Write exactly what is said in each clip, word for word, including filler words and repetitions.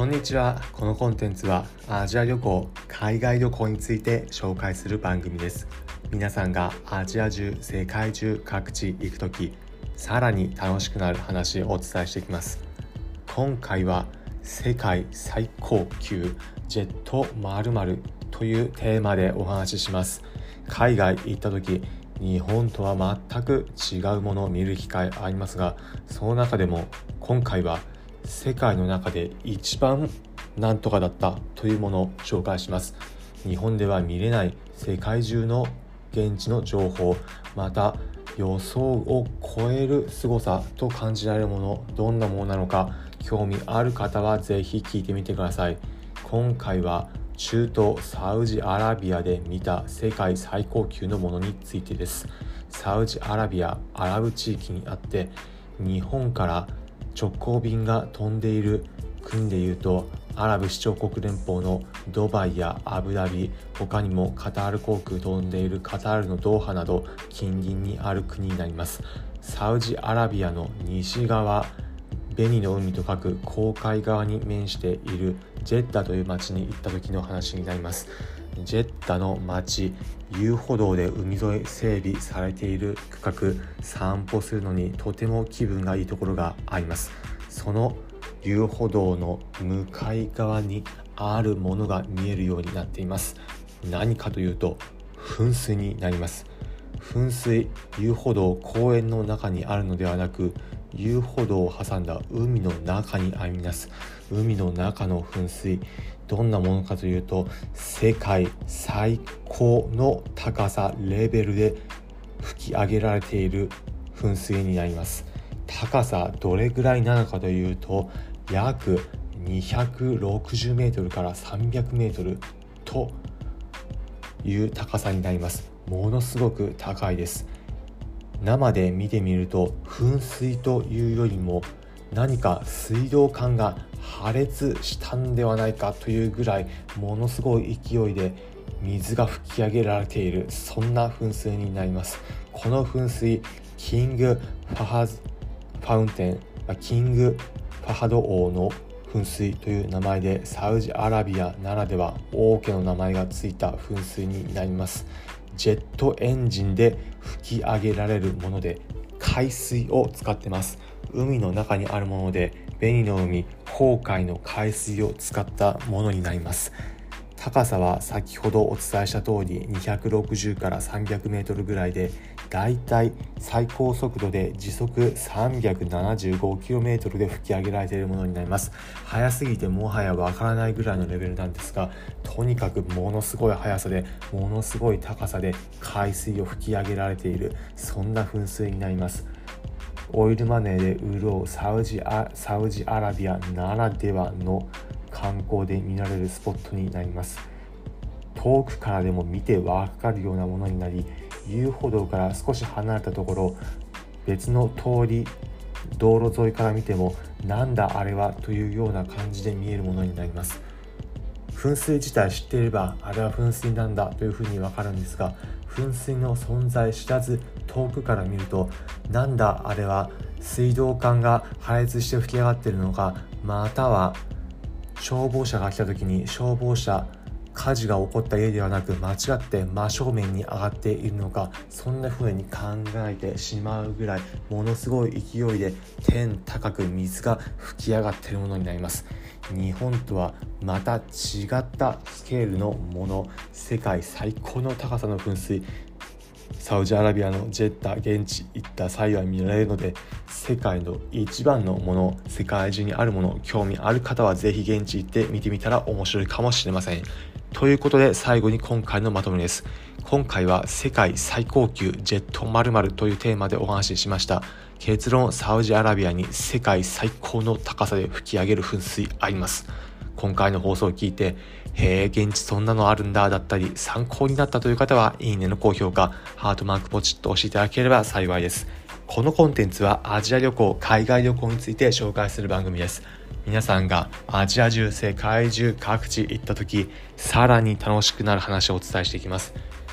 こんにちは。このコンテンツはアジア旅行、海外旅行について紹介する番組です。皆さんがアジア中、世界中各地行くとき、さらに楽しくなる話をお伝えしていきます。今回は世界最高級ジェット〇〇というテーマでお話しします。海外行ったとき、日本とは全く違うものを見る機会ありますが、その中でも今回は世界の中で一番なんとかだったというものを紹介します。日本では見れない世界中の現地の情報、また予想を超える凄さと感じられるもの、どんなものなのか興味ある方はぜひ聞いてみてください。今回は中東サウジアラビアで見た世界最高級のものについてです。サウジアラビア、アラブ地域にあって日本から直行便が飛んでいる国でいうとアラブ首長国連邦のドバイやアブダビ、他にもカタール航空飛んでいるカタールのドーハなど近隣にある国になります。サウジアラビアの西側、紅の海と書く紅海側に面しているジェッダという町に行った時の話になります。ジェッダの町、遊歩道で海沿い整備されている区画、散歩するのにとても気分がいいところがあります。その遊歩道の向かい側にあるものが見えるようになっています。何かというと噴水になります。噴水、遊歩道、公園の中にあるのではなく、遊歩道を挟んだ海の中にあります。海の中の噴水、どんなものかというと、世界最高の高さレベルで吹き上げられている噴水になります。高さどれぐらいなのかというと、約にひゃくろくじゅうメートルからさんびゃくメートルという高さになります。ものすごく高いです。生で見てみると噴水というよりも何か水道管が破裂したんではないかというぐらいものすごい勢いで水が吹き上げられている、そんな噴水になります。この噴水、キングファハズファウンテン、キングファハド王の噴水という名前で、サウジアラビアならでは王家の名前がついた噴水になります。ジェットエンジンで吹き上げられるもので、海水を使ってます。海の中にあるもので、紅の海、紅海の海水を使ったものになります。高さは先ほどお伝えした通りにひゃくろくじゅうからさんびゃくメートルぐらいで、だいたい最高速度で時速さんびゃくななじゅうごキロメートルで吹き上げられているものになります。速すぎてもはやわからないぐらいのレベルなんですが、とにかくものすごい速さでものすごい高さで海水を吹き上げられている、そんな噴水になります。オイルマネーで潤うサウジア、サウジアラビアならではの観光で見られるスポットになります。遠くからでも見てわかるようなものになり、遊歩道から少し離れたところ、別の通り、道路沿いから見てもなんだあれはというような感じで見えるものになります。噴水自体知っていればあれは噴水なんだというふうにわかるんですが、噴水の存在知らず遠くから見ると、なんだあれは水道管が破裂して吹き上がっているのか、または消防車が来た時に消防車、火事が起こった家ではなく間違って真正面に上がっているのか、そんな風に考えてしまうぐらいものすごい勢いで天高く水が吹き上がっているものになります。日本とはまた違ったスケールのもの、世界最高の高さの噴水、サウジアラビアのジェッダ、現地行った際は見られるので、世界の一番のもの、世界中にあるもの、興味ある方はぜひ現地行って見てみたら面白いかもしれません。ということで最後に今回のまとめです。今回は世界最高級ジェット〇〇というテーマでお話ししました。結論、サウジアラビアに世界最高の高さで吹き上げる噴水あります。今回の放送を聞いて、へえ、現地そんなのあるんだだったり、参考になったという方は、いいねの高評価、ハートマークポチッと押していただければ幸いです。このコンテンツはアジア旅行、海外旅行について紹介する番組です。皆さんがアジア中、世界中各地行った時、さらに楽しくなる話をお伝えしていきます。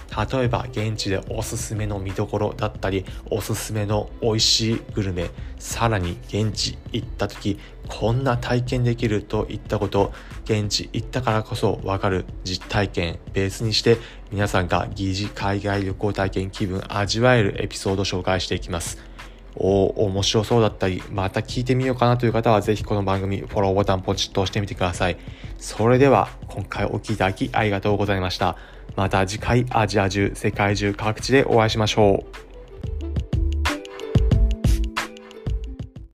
例えば現地でおすすめの見どころだったり、おすすめの美味しいグルメ、さらに現地行った時こんな体験できるといったこと、現地行ったからこそわかる実体験ベースにして、皆さんが疑似海外旅行体験気分味わえるエピソードを紹介していきます。おー、面白そうだったり、また聞いてみようかなという方は、ぜひこの番組フォローボタンポチッと押してみてください。それでは今回お聞きいただきありがとうございました。また次回アジア中世界中各地でお会いしましょう。